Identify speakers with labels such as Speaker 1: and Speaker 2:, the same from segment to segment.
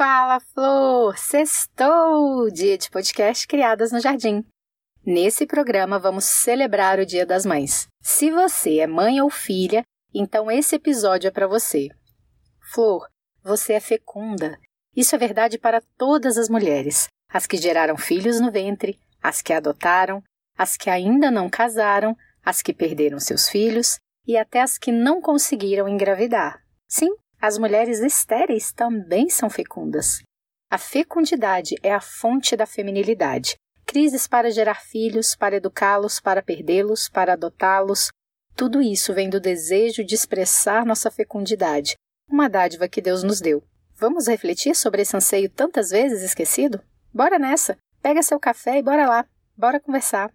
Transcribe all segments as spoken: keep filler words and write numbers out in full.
Speaker 1: Fala, Flor! Sextou! Dia de podcast Criadas no Jardim. Nesse programa vamos celebrar o Dia das Mães. Se você é mãe ou filha, então esse episódio é para você. Flor, você é fecunda. Isso é verdade para todas as mulheres. As que geraram filhos no ventre, as que adotaram, as que ainda não casaram, as que perderam seus filhos e até as que não conseguiram engravidar. Sim, as mulheres estéreis também são fecundas. A fecundidade é a fonte da feminilidade. Crises para gerar filhos, para educá-los, para perdê-los, para adotá-los. Tudo isso vem do desejo de expressar nossa fecundidade, uma dádiva que Deus nos deu. Vamos refletir sobre esse anseio tantas vezes esquecido? Bora nessa! Pega seu café e bora lá! Bora conversar!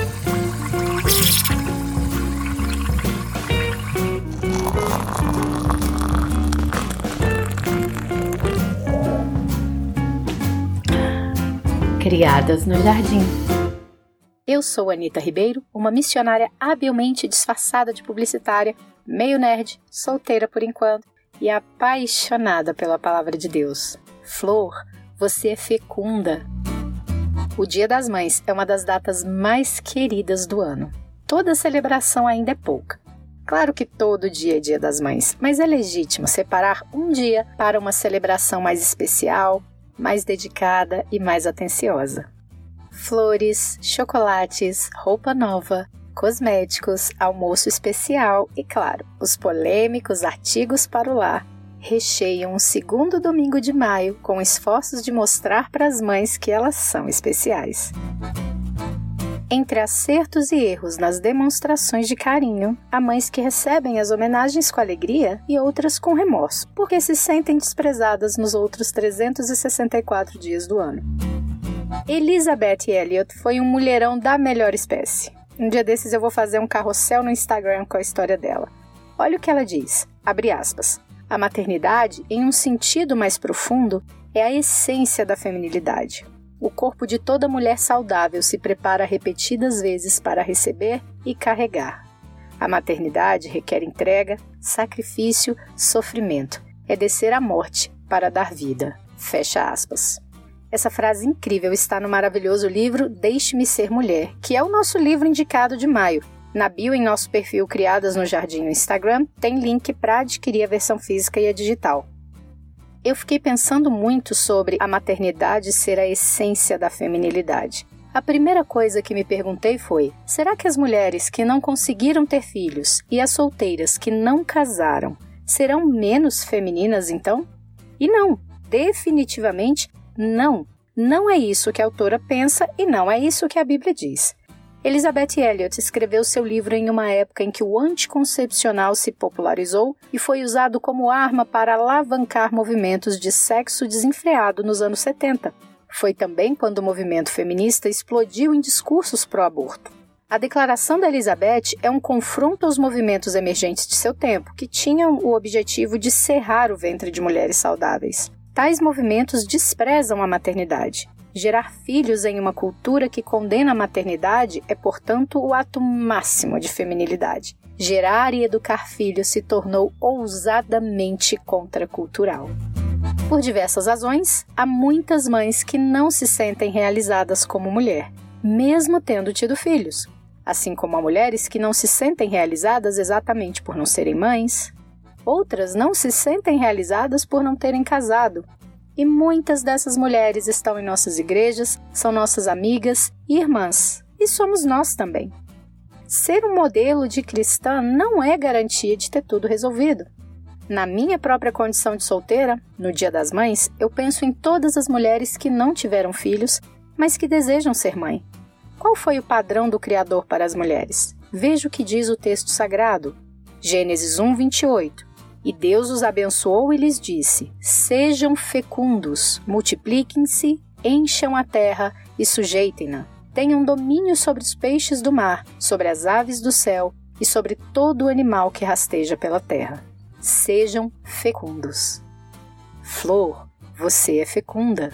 Speaker 1: Criadas no Jardim. Eu sou Anita Ribeiro, uma missionária habilmente disfarçada de publicitária, meio nerd, solteira por enquanto e apaixonada pela palavra de Deus. Flor, você é fecunda. O Dia das Mães é uma das datas mais queridas do ano. Toda celebração ainda é pouca. Claro que todo dia é Dia das Mães, mas é legítimo separar um dia para uma celebração mais especial, mais dedicada e mais atenciosa. Flores, chocolates, roupa nova, cosméticos, almoço especial e, claro, os polêmicos artigos para o lar recheiam o segundo domingo de maio com esforços de mostrar para as mães que elas são especiais. Entre acertos e erros nas demonstrações de carinho, há mães que recebem as homenagens com alegria e outras com remorso, porque se sentem desprezadas nos outros trezentos e sessenta e quatro dias do ano. Elizabeth Elliot foi um mulherão da melhor espécie. Um dia desses eu vou fazer um carrossel no Instagram com a história dela. Olha o que ela diz, abre aspas, a maternidade, em um sentido mais profundo, é a essência da feminilidade. O corpo de toda mulher saudável se prepara repetidas vezes para receber e carregar. A maternidade requer entrega, sacrifício, sofrimento. É descer à morte para dar vida. Fecha aspas. Essa frase incrível está no maravilhoso livro Deixe-me Ser Mulher, que é o nosso livro indicado de maio. Na bio em nosso perfil Criadas no Jardim no Instagram, tem link para adquirir a versão física e a digital. Eu fiquei pensando muito sobre a maternidade ser a essência da feminilidade. A primeira coisa que me perguntei foi, será que as mulheres que não conseguiram ter filhos e as solteiras que não casaram serão menos femininas então? E não, definitivamente não. Não é isso que a autora pensa e não é isso que a Bíblia diz. Elizabeth Elliot escreveu seu livro em uma época em que o anticoncepcional se popularizou e foi usado como arma para alavancar movimentos de sexo desenfreado nos anos setenta. Foi também quando o movimento feminista explodiu em discursos pró-aborto. A declaração da Elizabeth é um confronto aos movimentos emergentes de seu tempo, que tinham o objetivo de cerrar o ventre de mulheres saudáveis. Tais movimentos desprezam a maternidade. Gerar filhos em uma cultura que condena a maternidade é, portanto, o ato máximo de feminilidade. Gerar e educar filhos se tornou ousadamente contracultural. Por diversas razões, há muitas mães que não se sentem realizadas como mulher, mesmo tendo tido filhos, assim como há mulheres que não se sentem realizadas exatamente por não serem mães. Outras não se sentem realizadas por não terem casado. E muitas dessas mulheres estão em nossas igrejas, são nossas amigas e irmãs, e somos nós também. Ser um modelo de cristã não é garantia de ter tudo resolvido. Na minha própria condição de solteira, no Dia das Mães, eu penso em todas as mulheres que não tiveram filhos, mas que desejam ser mãe. Qual foi o padrão do Criador para as mulheres? Veja o que diz o texto sagrado. Gênesis um, vinte e oito. E Deus os abençoou e lhes disse, sejam fecundos, multipliquem-se, encham a terra e sujeitem-na. Tenham domínio sobre os peixes do mar, sobre as aves do céu e sobre todo o animal que rasteja pela terra. Sejam fecundos. Flor, você é fecunda.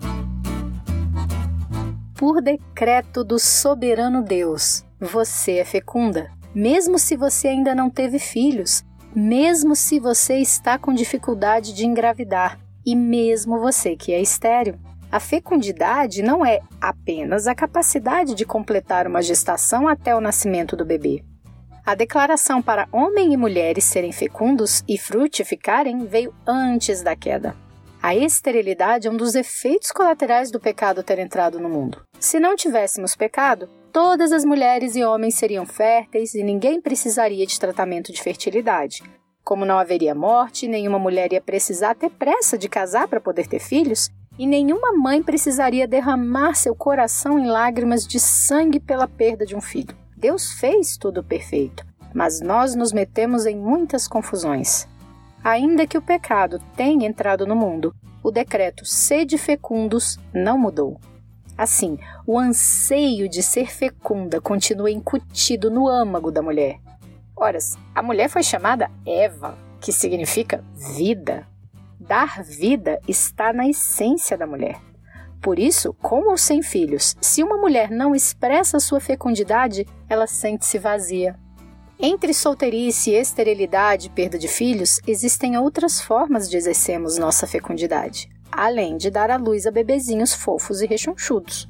Speaker 1: Por decreto do soberano Deus, você é fecunda. Mesmo se você ainda não teve filhos, mesmo se você está com dificuldade de engravidar, e mesmo você que é estéril. A fecundidade não é apenas a capacidade de completar uma gestação até o nascimento do bebê. A declaração para homem e mulheres serem fecundos e frutificarem veio antes da queda. A esterilidade é um dos efeitos colaterais do pecado ter entrado no mundo. Se não tivéssemos pecado, todas as mulheres e homens seriam férteis e ninguém precisaria de tratamento de fertilidade. Como não haveria morte, nenhuma mulher ia precisar ter pressa de casar para poder ter filhos, e nenhuma mãe precisaria derramar seu coração em lágrimas de sangue pela perda de um filho. Deus fez tudo perfeito, mas nós nos metemos em muitas confusões. Ainda que o pecado tenha entrado no mundo, o decreto sede fecundos não mudou. Assim, o anseio de ser fecunda continua incutido no âmago da mulher. Ora, a mulher foi chamada Eva, que significa vida. Dar vida está na essência da mulher. Por isso, com ou sem filhos, se uma mulher não expressa sua fecundidade, ela sente-se vazia. Entre solteirice, esterilidade e perda de filhos, existem outras formas de exercermos nossa fecundidade, além de dar à luz a bebezinhos fofos e rechonchudos.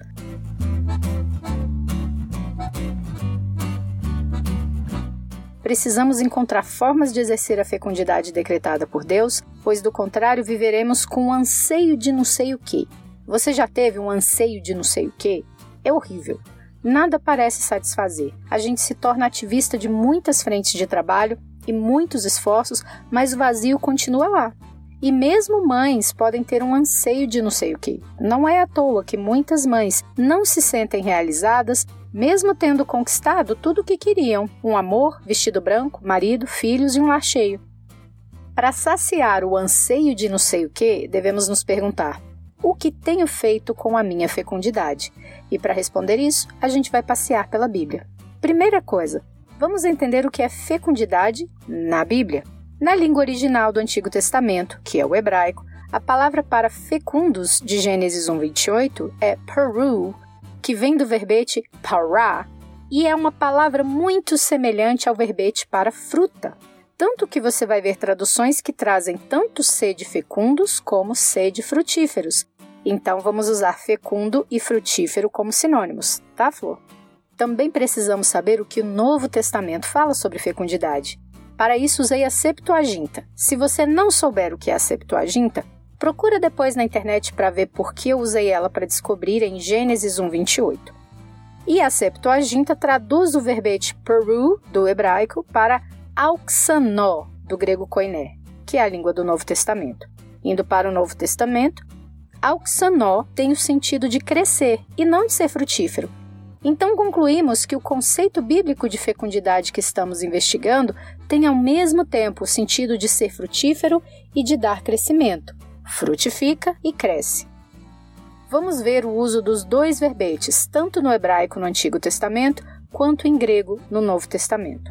Speaker 1: Precisamos encontrar formas de exercer a fecundidade decretada por Deus, pois do contrário viveremos com um anseio de não sei o quê. Você já teve um anseio de não sei o quê? É horrível. Nada parece satisfazer. A gente se torna ativista de muitas frentes de trabalho e muitos esforços, mas o vazio continua lá. E mesmo mães podem ter um anseio de não sei o quê. Não é à toa que muitas mães não se sentem realizadas, mesmo tendo conquistado tudo o que queriam: um amor, vestido branco, marido, filhos e um lar cheio. Para saciar o anseio de não sei o quê, devemos nos perguntar: o que tenho feito com a minha fecundidade? E para responder isso, a gente vai passear pela Bíblia. Primeira coisa, vamos entender o que é fecundidade na Bíblia. Na língua original do Antigo Testamento, que é o hebraico, a palavra para fecundos de Gênesis um, vinte e oito é peru, que vem do verbete pará, e é uma palavra muito semelhante ao verbete para fruta. Tanto que você vai ver traduções que trazem tanto sede fecundos como sede frutíferos. Então vamos usar fecundo e frutífero como sinônimos, tá, Flor? Também precisamos saber o que o Novo Testamento fala sobre fecundidade. Para isso usei a Septuaginta. Se você não souber o que é a Septuaginta, procura depois na internet para ver por que eu usei ela para descobrir em Gênesis um, vinte e oito. E a Septuaginta traduz o verbete peru, do hebraico, para auxanó, do grego koiné, que é a língua do Novo Testamento. Indo para o Novo Testamento, auxanó tem o sentido de crescer e não de ser frutífero. Então concluímos que o conceito bíblico de fecundidade que estamos investigando tem ao mesmo tempo o sentido de ser frutífero e de dar crescimento. Frutifica e cresce. Vamos ver o uso dos dois verbetes, tanto no hebraico no Antigo Testamento, quanto em grego no Novo Testamento.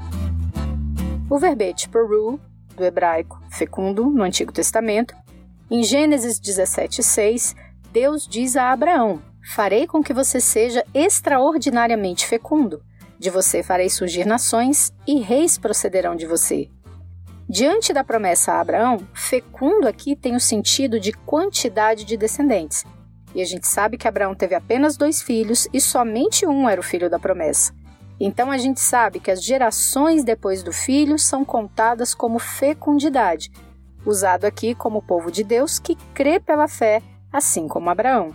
Speaker 1: O verbete peru, do hebraico fecundo, no Antigo Testamento, em Gênesis dezessete, seis, Deus diz a Abraão: farei com que você seja extraordinariamente fecundo. De você farei surgir nações e reis procederão de você. Diante da promessa a Abraão, fecundo aqui tem o sentido de quantidade de descendentes. E a gente sabe que Abraão teve apenas dois filhos e somente um era o filho da promessa. Então a gente sabe que as gerações depois do filho são contadas como fecundidade, usado aqui como povo de Deus que crê pela fé, assim como Abraão.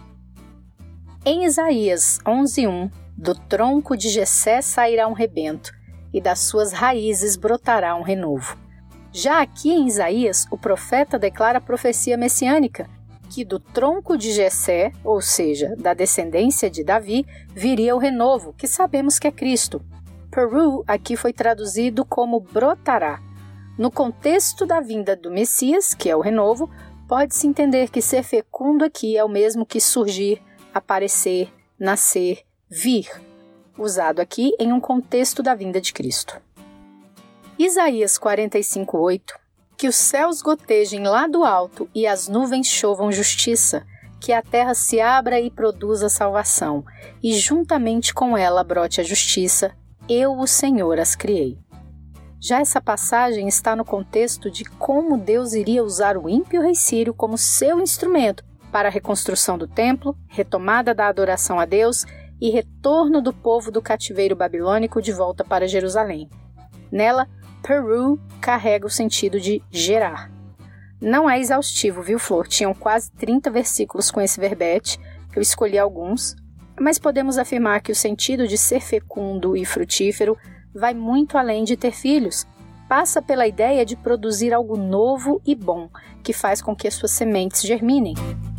Speaker 1: Em Isaías onze, um, do tronco de Jessé sairá um rebento, e das suas raízes brotará um renovo. Já aqui em Isaías, o profeta declara a profecia messiânica, que do tronco de Jessé, ou seja, da descendência de Davi, viria o renovo, que sabemos que é Cristo. Peru aqui foi traduzido como brotará. No contexto da vinda do Messias, que é o renovo, pode-se entender que ser fecundo aqui é o mesmo que surgir, aparecer, nascer, vir, usado aqui em um contexto da vinda de Cristo. Isaías quarenta e cinco, oito. Que os céus gotejem lá do alto e as nuvens chovam justiça, que a terra se abra e produza salvação, e juntamente com ela brote a justiça, eu, o Senhor, as criei. Já essa passagem está no contexto de como Deus iria usar o ímpio rei Sírio como seu instrumento para a reconstrução do templo, retomada da adoração a Deus e retorno do povo do cativeiro babilônico de volta para Jerusalém. Nela, Peru carrega o sentido de gerar. Não é exaustivo, viu, Flor? Tinham quase trinta versículos com esse verbete, eu escolhi alguns, mas podemos afirmar que o sentido de ser fecundo e frutífero vai muito além de ter filhos. Passa pela ideia de produzir algo novo e bom, que faz com que as suas sementes germinem.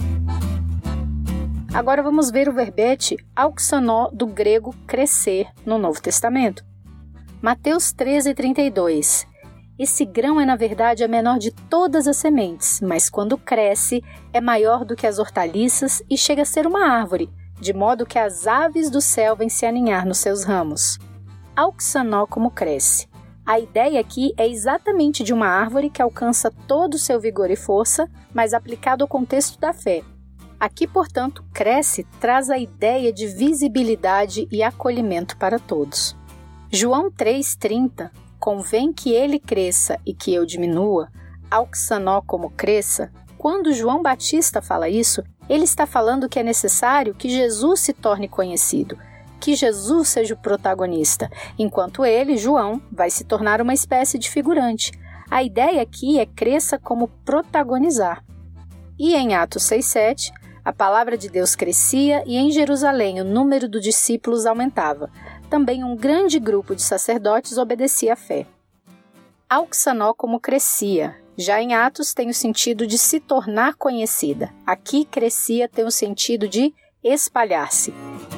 Speaker 1: Agora vamos ver o verbete auxanó do grego crescer no Novo Testamento. Mateus treze, trinta e dois. Esse grão é na verdade a menor de todas as sementes, mas quando cresce é maior do que as hortaliças e chega a ser uma árvore, de modo que as aves do céu vêm se aninhar nos seus ramos. Auxanó como cresce. A ideia aqui é exatamente de uma árvore que alcança todo o seu vigor e força, mas aplicado ao contexto da fé. Aqui, portanto, cresce traz a ideia de visibilidade e acolhimento para todos. João três, trinta, convém que ele cresça e que eu diminua, auxanó como cresça. Quando João Batista fala isso, ele está falando que é necessário que Jesus se torne conhecido, que Jesus seja o protagonista, enquanto ele, João, vai se tornar uma espécie de figurante. A ideia aqui é cresça como protagonizar. E em Atos seis, sete, a palavra de Deus crescia e em Jerusalém o número dos discípulos aumentava. Também um grande grupo de sacerdotes obedecia à fé. Auxanó como crescia. Já em Atos tem o sentido de se tornar conhecida. Aqui crescia tem o sentido de espalhar-se.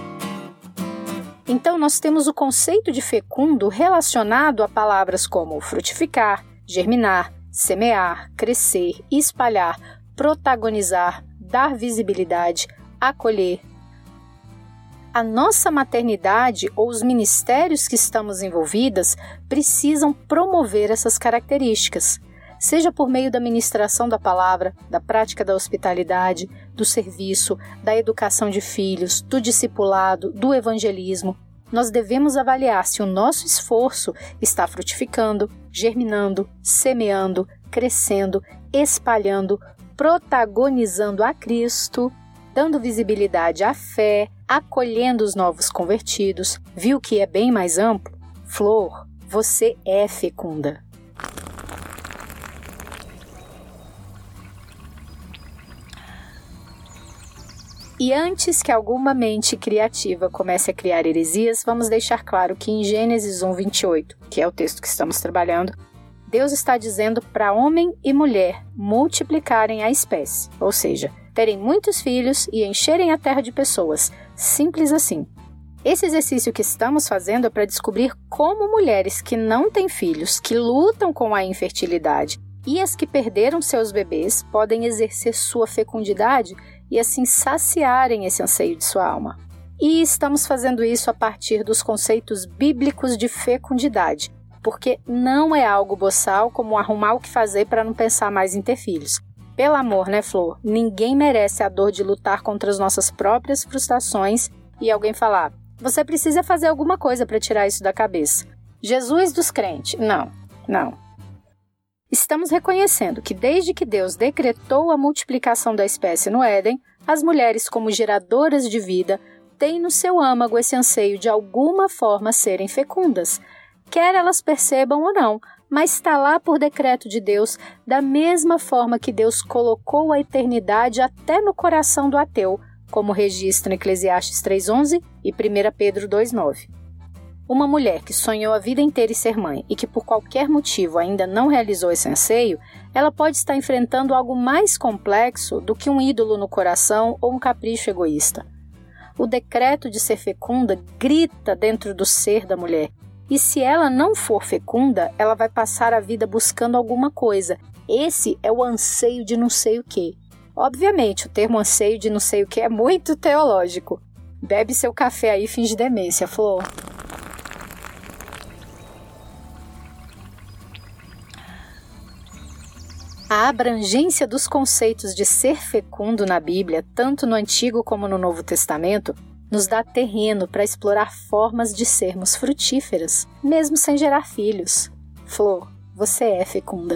Speaker 1: Então nós temos o conceito de fecundo relacionado a palavras como frutificar, germinar, semear, crescer, espalhar, protagonizar, dar visibilidade, acolher. A nossa maternidade ou os ministérios que estamos envolvidas precisam promover essas características, seja por meio da ministração da palavra, da prática da hospitalidade, do serviço, da educação de filhos, do discipulado, do evangelismo. Nós devemos avaliar se o nosso esforço está frutificando, germinando, semeando, crescendo, espalhando, protagonizando a Cristo, dando visibilidade à fé, acolhendo os novos convertidos. Viu que é bem mais amplo? Flor, você é fecunda. E antes que alguma mente criativa comece a criar heresias, vamos deixar claro que em Gênesis um, vinte e oito, que é o texto que estamos trabalhando, Deus está dizendo para homem e mulher multiplicarem a espécie, ou seja, terem muitos filhos e encherem a terra de pessoas, simples assim. Esse exercício que estamos fazendo é para descobrir como mulheres que não têm filhos, que lutam com a infertilidade e as que perderam seus bebês podem exercer sua fecundidade e assim saciarem esse anseio de sua alma. E estamos fazendo isso a partir dos conceitos bíblicos de fecundidade, porque não é algo boçal como arrumar o que fazer para não pensar mais em ter filhos. Pelo amor, né, Flor? Ninguém merece a dor de lutar contra as nossas próprias frustrações e alguém falar, você precisa fazer alguma coisa para tirar isso da cabeça. Jesus dos crentes. Não, não. Estamos reconhecendo que desde que Deus decretou a multiplicação da espécie no Éden, as mulheres como geradoras de vida têm no seu âmago esse anseio de alguma forma serem fecundas, quer elas percebam ou não, mas está lá por decreto de Deus, da mesma forma que Deus colocou a eternidade até no coração do ateu, como registra em Eclesiastes três, onze e primeira Pedro dois, nove. Uma mulher que sonhou a vida inteira em ser mãe e que por qualquer motivo ainda não realizou esse anseio, ela pode estar enfrentando algo mais complexo do que um ídolo no coração ou um capricho egoísta. O decreto de ser fecunda grita dentro do ser da mulher, e se ela não for fecunda, ela vai passar a vida buscando alguma coisa. Esse é o anseio de não sei o quê. Obviamente, o termo anseio de não sei o quê é muito teológico. Bebe seu café aí e finge demência, Flor. A abrangência dos conceitos de ser fecundo na Bíblia, tanto no Antigo como no Novo Testamento, nos dá terreno para explorar formas de sermos frutíferas, mesmo sem gerar filhos. Flor, você é fecunda.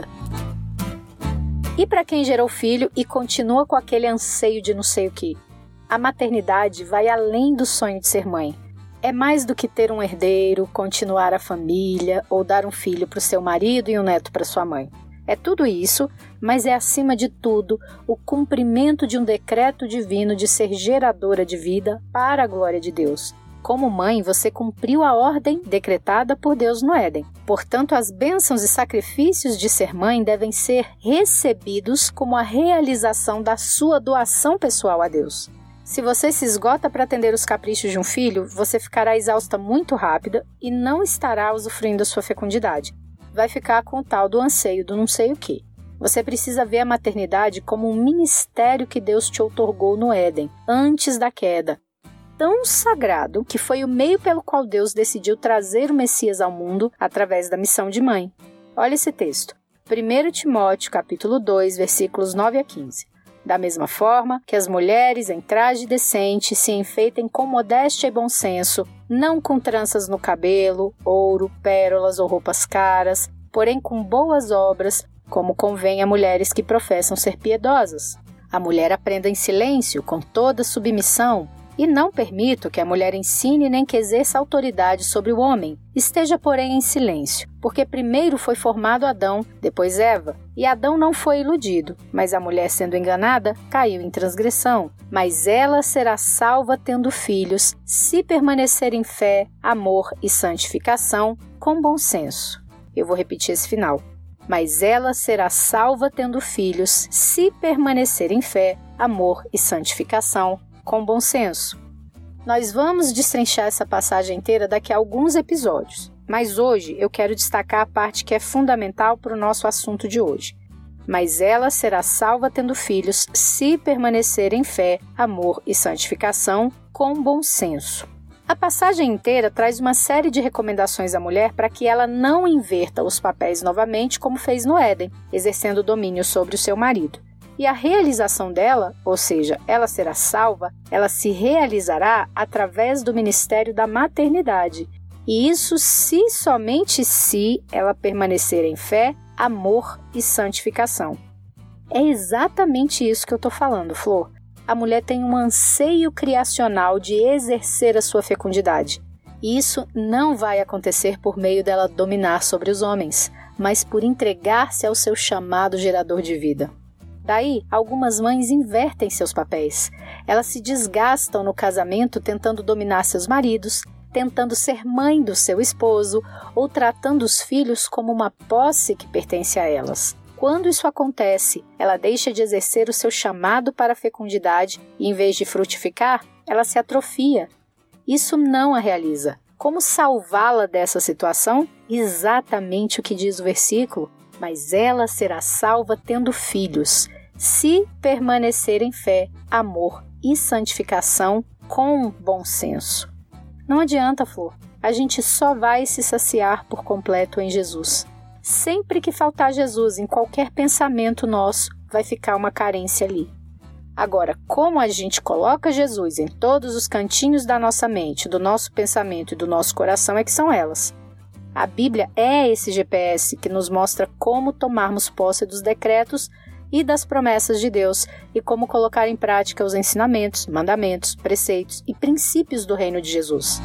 Speaker 1: E para quem gerou filho e continua com aquele anseio de não sei o que? A maternidade vai além do sonho de ser mãe. É mais do que ter um herdeiro, continuar a família ou dar um filho para o seu marido e um neto para sua mãe. É tudo isso, mas é acima de tudo o cumprimento de um decreto divino de ser geradora de vida para a glória de Deus. Como mãe, você cumpriu a ordem decretada por Deus no Éden. Portanto, as bênçãos e sacrifícios de ser mãe devem ser recebidos como a realização da sua doação pessoal a Deus. Se você se esgota para atender os caprichos de um filho, você ficará exausta muito rápida e não estará usufruindo da sua fecundidade. Vai ficar com o tal do anseio do não sei o que. Você precisa ver a maternidade como um ministério que Deus te outorgou no Éden, antes da queda. Tão sagrado que foi o meio pelo qual Deus decidiu trazer o Messias ao mundo através da missão de mãe. Olha esse texto. primeiro Timóteo, capítulo dois, versículos nove a quinze. Da mesma forma que as mulheres em traje decente se enfeitem com modéstia e bom senso, não com tranças no cabelo, ouro, pérolas ou roupas caras, porém com boas obras, como convém a mulheres que professam ser piedosas. A mulher aprenda em silêncio, com toda submissão, e não permito que a mulher ensine nem que exerça autoridade sobre o homem. Esteja, porém, em silêncio, porque primeiro foi formado Adão, depois Eva, e Adão não foi iludido, mas a mulher, sendo enganada, caiu em transgressão. Mas ela será salva tendo filhos, se permanecer em fé, amor e santificação, com bom senso. Eu vou repetir esse final. Mas ela será salva tendo filhos, se permanecer em fé, amor e santificação, com bom senso. Nós vamos destrinchar essa passagem inteira daqui a alguns episódios, mas hoje eu quero destacar a parte que é fundamental para o nosso assunto de hoje. Mas ela será salva tendo filhos, se permanecer em fé, amor e santificação, com bom senso. A passagem inteira traz uma série de recomendações à mulher para que ela não inverta os papéis novamente como fez no Éden, exercendo domínio sobre o seu marido. E a realização dela, ou seja, ela será salva, ela se realizará através do ministério da maternidade. E isso se somente se ela permanecer em fé, amor e santificação. É exatamente isso que eu estou falando, Flor. A mulher tem um anseio criacional de exercer a sua fecundidade. E isso não vai acontecer por meio dela dominar sobre os homens, mas por entregar-se ao seu chamado gerador de vida. Daí, algumas mães invertem seus papéis. Elas se desgastam no casamento tentando dominar seus maridos, tentando ser mãe do seu esposo ou tratando os filhos como uma posse que pertence a elas. Quando isso acontece, ela deixa de exercer o seu chamado para a fecundidade e, em vez de frutificar, ela se atrofia. Isso não a realiza. Como salvá-la dessa situação? Exatamente o que diz o versículo. Mas ela será salva tendo filhos, se permanecer em fé, amor e santificação com bom senso. Não adianta, Flor. A gente só vai se saciar por completo em Jesus. Sempre que faltar Jesus em qualquer pensamento nosso, vai ficar uma carência ali. Agora, como a gente coloca Jesus em todos os cantinhos da nossa mente, do nosso pensamento e do nosso coração, é que são elas. A Bíblia é esse G P S que nos mostra como tomarmos posse dos decretos e das promessas de Deus e como colocar em prática os ensinamentos, mandamentos, preceitos e princípios do reino de Jesus.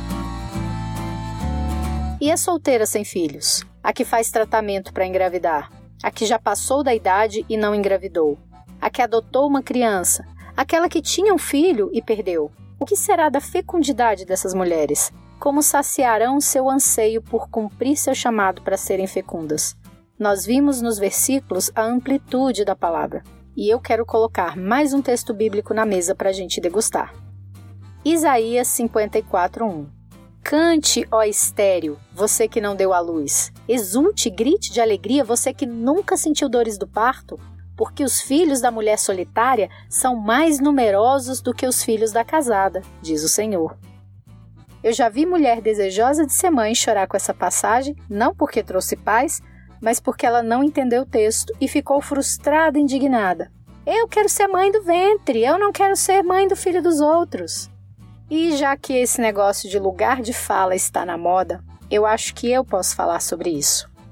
Speaker 1: E a solteira sem filhos? A que faz tratamento para engravidar? A que já passou da idade e não engravidou? A que adotou uma criança? Aquela que tinha um filho e perdeu? O que será da fecundidade dessas mulheres? Como saciarão seu anseio por cumprir seu chamado para serem fecundas? Nós vimos nos versículos a amplitude da palavra. E eu quero colocar mais um texto bíblico na mesa para a gente degustar. Isaías cinquenta e quatro, um. Cante, ó estéril, você que não deu à luz. Exulte e grite de alegria, você que nunca sentiu dores do parto, porque os filhos da mulher solitária são mais numerosos do que os filhos da casada, diz o Senhor. Eu já vi mulher desejosa de ser mãe chorar com essa passagem, não porque trouxe paz, mas porque ela não entendeu o texto e ficou frustrada e indignada. Eu quero ser mãe do ventre, eu não quero ser mãe do filho dos outros. E já que esse negócio de lugar de fala está na moda, eu acho que eu posso falar sobre isso.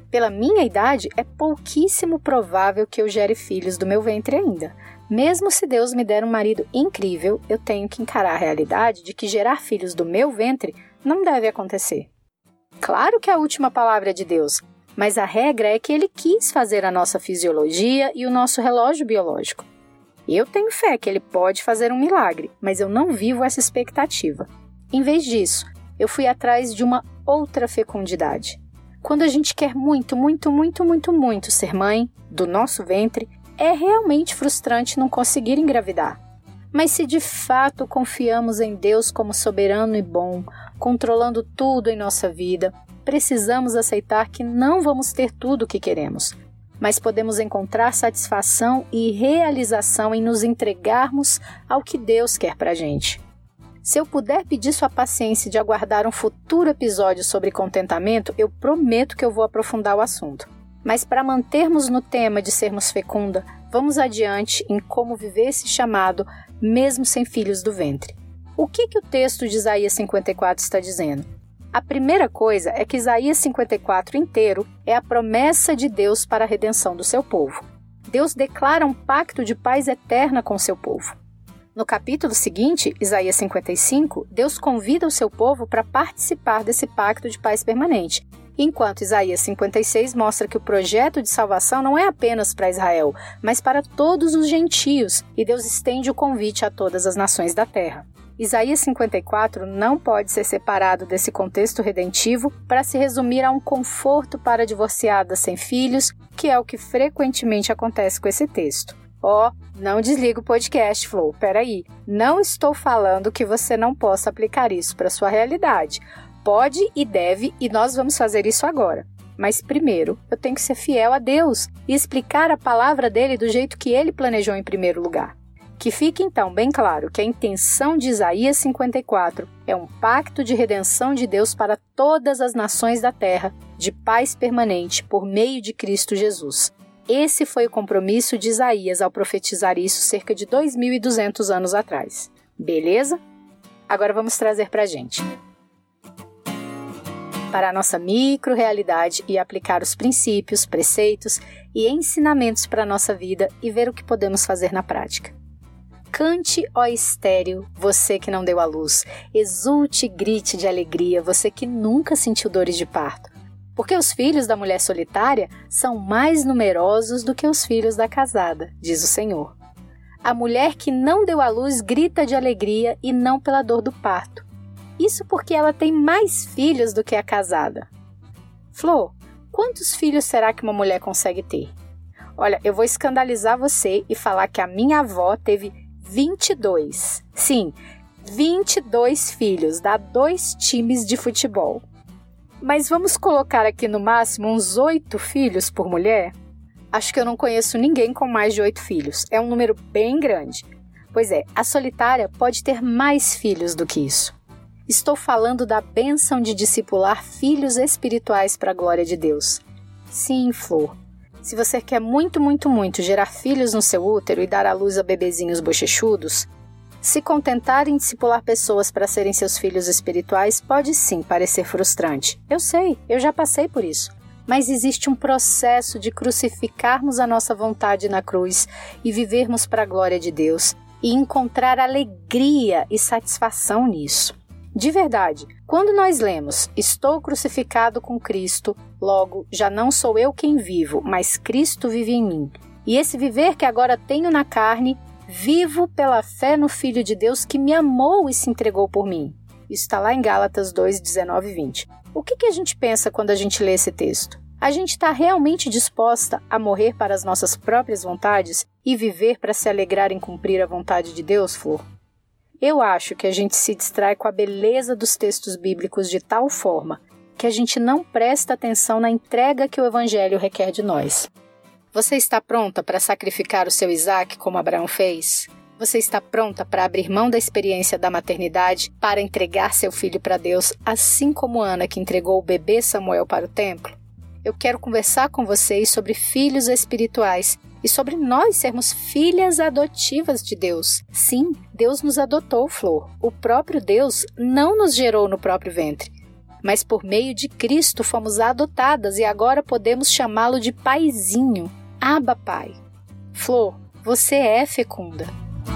Speaker 1: Pela minha idade, é pouquíssimo provável que eu gere filhos do meu ventre ainda. Mesmo se Deus me der um marido incrível, eu tenho que encarar a realidade de que gerar filhos do meu ventre não deve acontecer. Claro que a última palavra é de Deus, mas a regra é que Ele quis fazer a nossa fisiologia e o nosso relógio biológico. Eu tenho fé que Ele pode fazer um milagre, mas eu não vivo essa expectativa. Em vez disso, eu fui atrás de uma outra fecundidade. Quando a gente quer muito, muito, muito, muito, muito ser mãe do nosso ventre, é realmente frustrante não conseguir engravidar. Mas se de fato confiamos em Deus como soberano e bom, controlando tudo em nossa vida, precisamos aceitar que não vamos ter tudo o que queremos, mas podemos encontrar satisfação e realização em nos entregarmos ao que Deus quer pra gente. Se eu puder pedir sua paciência de aguardar um futuro episódio sobre contentamento, eu prometo que eu vou aprofundar o assunto. Mas para mantermos no tema de sermos fecunda, vamos adiante em como viver esse chamado, mesmo sem filhos do ventre. O que, que o texto de Isaías cinquenta e quatro está dizendo? A primeira coisa é que Isaías cinquenta e quatro inteiro é a promessa de Deus para a redenção do seu povo. Deus declara um pacto de paz eterna com o seu povo. No capítulo seguinte, Isaías cinquenta e cinco, Deus convida o seu povo para participar desse pacto de paz permanente, enquanto Isaías cinquenta e seis mostra que o projeto de salvação não é apenas para Israel, mas para todos os gentios, e Deus estende o convite a todas as nações da terra. Isaías cinquenta e quatro não pode ser separado desse contexto redentivo para se resumir a um conforto para divorciadas sem filhos, que é o que frequentemente acontece com esse texto. Ó, oh, não desliga o podcast, Flo, peraí, não estou falando que você não possa aplicar isso para sua realidade. Pode e deve, e nós vamos fazer isso agora. Mas primeiro, eu tenho que ser fiel a Deus e explicar a palavra dele do jeito que ele planejou em primeiro lugar. Que fique então bem claro que a intenção de Isaías cinquenta e quatro é um pacto de redenção de Deus para todas as nações da terra, de paz permanente por meio de Cristo Jesus. Esse foi o compromisso de Isaías ao profetizar isso cerca de dois mil e duzentos anos atrás. Beleza? Agora vamos trazer para a gente. Para a nossa micro-realidade e aplicar os princípios, preceitos e ensinamentos para a nossa vida e ver o que podemos fazer na prática. Cante, ó estéril, você que não deu à luz. Exulte e grite de alegria, você que nunca sentiu dores de parto. Porque os filhos da mulher solitária são mais numerosos do que os filhos da casada, diz o Senhor. A mulher que não deu à luz grita de alegria e não pela dor do parto. Isso porque ela tem mais filhos do que a casada. Flor, quantos filhos será que uma mulher consegue ter? Olha, eu vou escandalizar você e falar que a minha avó teve vinte e dois. Sim, vinte e dois filhos, dá dois times de futebol. Mas vamos colocar aqui no máximo uns oito filhos por mulher? Acho que eu não conheço ninguém com mais de oito filhos. É um número bem grande. Pois é, a solitária pode ter mais filhos do que isso. Estou falando da bênção de discipular filhos espirituais para a glória de Deus. Sim, Flor. Se você quer muito, muito, muito gerar filhos no seu útero e dar à luz a bebezinhos bochechudos, se contentar em discipular pessoas para serem seus filhos espirituais pode sim parecer frustrante. Eu sei, eu já passei por isso. Mas existe um processo de crucificarmos a nossa vontade na cruz e vivermos para a glória de Deus e encontrar alegria e satisfação nisso. De verdade, quando nós lemos "Estou crucificado com Cristo, logo já não sou eu quem vivo, mas Cristo vive em mim. E esse viver que agora tenho na carne, vivo pela fé no Filho de Deus que me amou e se entregou por mim." Isso está lá em Gálatas dois, dezenove e vinte. O que, que a gente pensa quando a gente lê esse texto? A gente está realmente disposta a morrer para as nossas próprias vontades e viver para se alegrar em cumprir a vontade de Deus, Flor? Eu acho que a gente se distrai com a beleza dos textos bíblicos de tal forma que a gente não presta atenção na entrega que o Evangelho requer de nós. Você está pronta para sacrificar o seu Isaac como Abraão fez? Você está pronta para abrir mão da experiência da maternidade para entregar seu filho para Deus, assim como Ana que entregou o bebê Samuel para o templo? Eu quero conversar com vocês sobre filhos espirituais e sobre nós sermos filhas adotivas de Deus. Sim, Deus nos adotou, Flor. O próprio Deus não nos gerou no próprio ventre. mas por meio de Cristo fomos adotadas e agora podemos chamá-lo de paizinho. Abba, Pai. Flor, você é fecunda.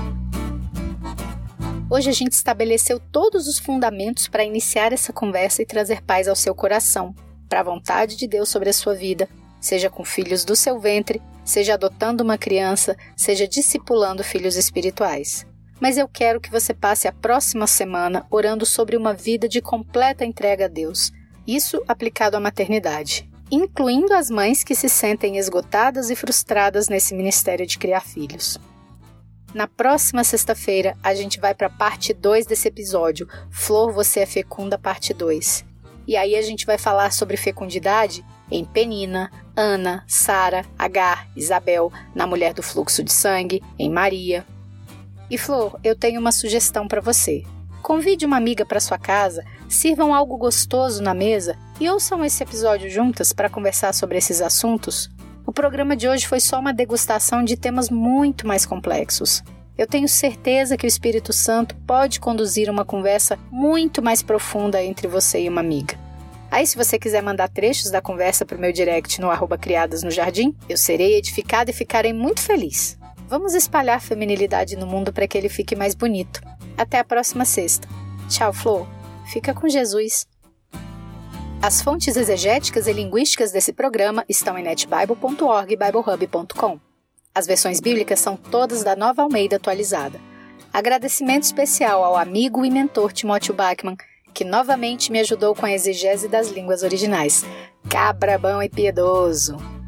Speaker 1: Hoje a gente estabeleceu todos os fundamentos para iniciar essa conversa e trazer paz ao seu coração, para a vontade de Deus sobre a sua vida, seja com filhos do seu ventre, seja adotando uma criança, seja discipulando filhos espirituais. Mas eu quero que você passe a próxima semana orando sobre uma vida de completa entrega a Deus, isso aplicado à maternidade, incluindo as mães que se sentem esgotadas e frustradas nesse ministério de criar filhos. Na próxima sexta-feira, a gente vai para a parte dois desse episódio, Flor, você é fecunda, parte dois. E aí a gente vai falar sobre fecundidade em Penina, Ana, Sara, Agar, Isabel, na mulher do fluxo de sangue, em Maria. E Flor, eu tenho uma sugestão para você. Convide uma amiga para sua casa, sirvam algo gostoso na mesa e ouçam esse episódio juntas para conversar sobre esses assuntos. O programa de hoje foi só uma degustação de temas muito mais complexos. Eu tenho certeza que o Espírito Santo pode conduzir uma conversa muito mais profunda entre você e uma amiga. Aí, se você quiser mandar trechos da conversa para o meu direct no arroba Criadas no Jardim, eu serei edificada e ficarei muito feliz. Vamos espalhar a feminilidade no mundo para que ele fique mais bonito. Até a próxima sexta. Tchau, Flor. Fica com Jesus. As fontes exegéticas e linguísticas desse programa estão em netbible ponto org e bible hub ponto com. As versões bíblicas são todas da Nova Almeida atualizada. Agradecimento especial ao amigo e mentor Timóteo Bachmann, que novamente me ajudou com a exegese das línguas originais. Cabra bom e piedoso!